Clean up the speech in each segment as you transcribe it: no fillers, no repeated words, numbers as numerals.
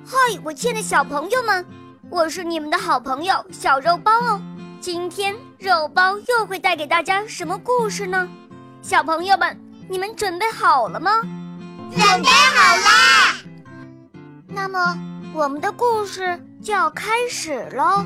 嗨，我亲爱的小朋友们，我是你们的好朋友小肉包哦。今天肉包又会带给大家什么故事呢？小朋友们，你们准备好了吗？ 准备好啦！ 那么，我们的故事就要开始喽。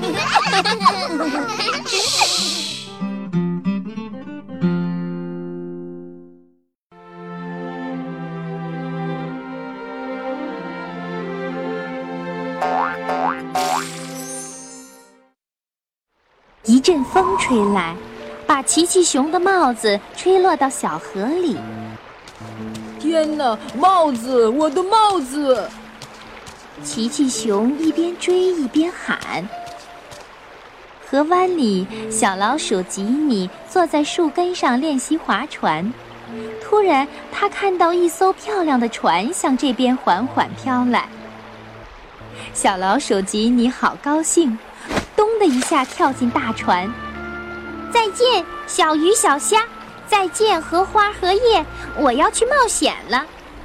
一阵风吹来，把奇奇熊的帽子吹落到小河里。 天哪，帽子，我的帽子！ 奇奇熊一边追一边喊。河湾里，小老鼠吉米坐在树根上练习划船。突然，他看到一艘漂亮的船向这边缓缓飘来。小老鼠吉米好高兴，咚的一下跳进大船。再见，小鱼小虾！再见，荷花荷叶！我要去冒险了。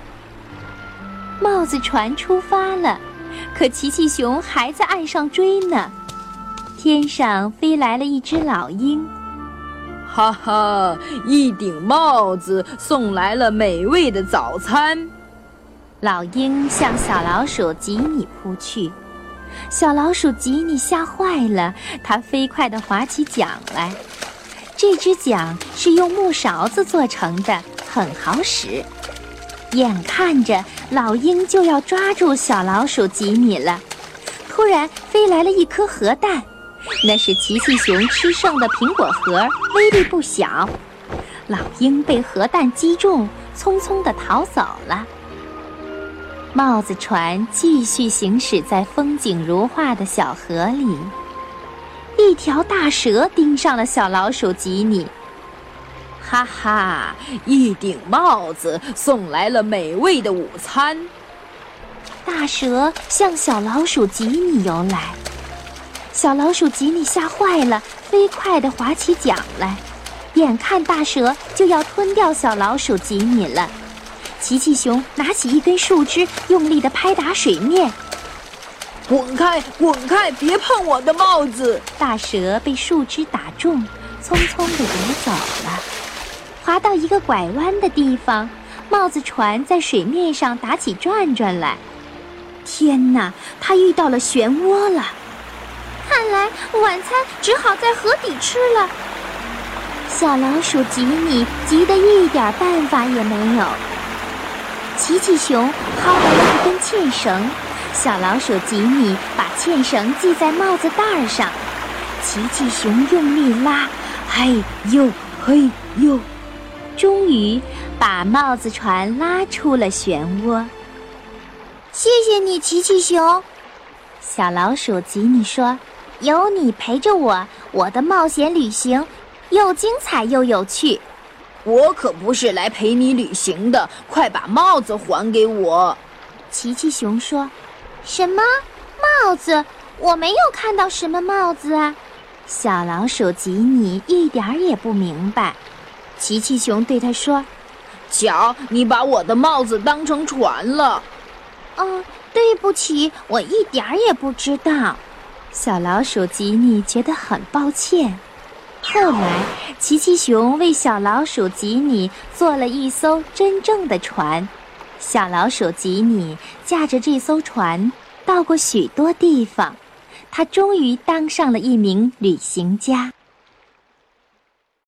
帽子船出发了，可奇奇熊还在岸上追呢。天上飞来了一只老鹰。 哈哈，一顶帽子送来了美味的早餐。 老鹰向小老鼠吉米扑去，小老鼠吉米吓坏了，它飞快地划起桨来。这只桨是用木勺子做成的，很好使。眼看着老鹰就要抓住小老鼠吉米了，突然飞来了一颗核弹，那是奇奇熊吃剩的苹果核，威力不小。老鹰被核弹击中，匆匆地逃走了。帽子船继续行驶在风景如画的小河里。一条大蛇盯上了小老鼠吉米。 哈哈，一顶帽子送来了美味的午餐。 大蛇向小老鼠吉米游来，小老鼠吉米吓坏了，飞快地划起桨来。眼看大蛇就要吞掉小老鼠吉米了，奇奇熊拿起一根树枝，用力地拍打水面。 滚开，滚开，别碰我的帽子！ 大蛇被树枝打中，匆匆地游走了。滑到一个拐弯的地方，帽子船在水面上打起转转来。天哪，它遇到了漩涡了！看来晚餐只好在河底吃了。小老鼠吉米急得一点办法也没有。奇奇熊薅来了一根纤绳，小老鼠吉米把纤绳系在帽子带上。奇奇熊用力拉，嘿呦嘿呦，终于把帽子船拉出了漩涡。 谢谢你，奇奇熊。 小老鼠吉米说：“有你陪着我，我的冒险旅行又精彩又有趣。” 我可不是来陪你旅行的，快把帽子还给我！ 奇奇熊说：“什么帽子？我没有看到什么帽子啊！”小老鼠吉米一点儿也不明白。奇奇熊对他说：“ 瞧，你把我的帽子当成船了。” 对不起，我一点儿也不知道。小老鼠吉米觉得很抱歉。后来，奇奇熊为小老鼠吉米做了一艘真正的船。小老鼠吉米驾着这艘船到过许多地方，他终于当上了一名旅行家。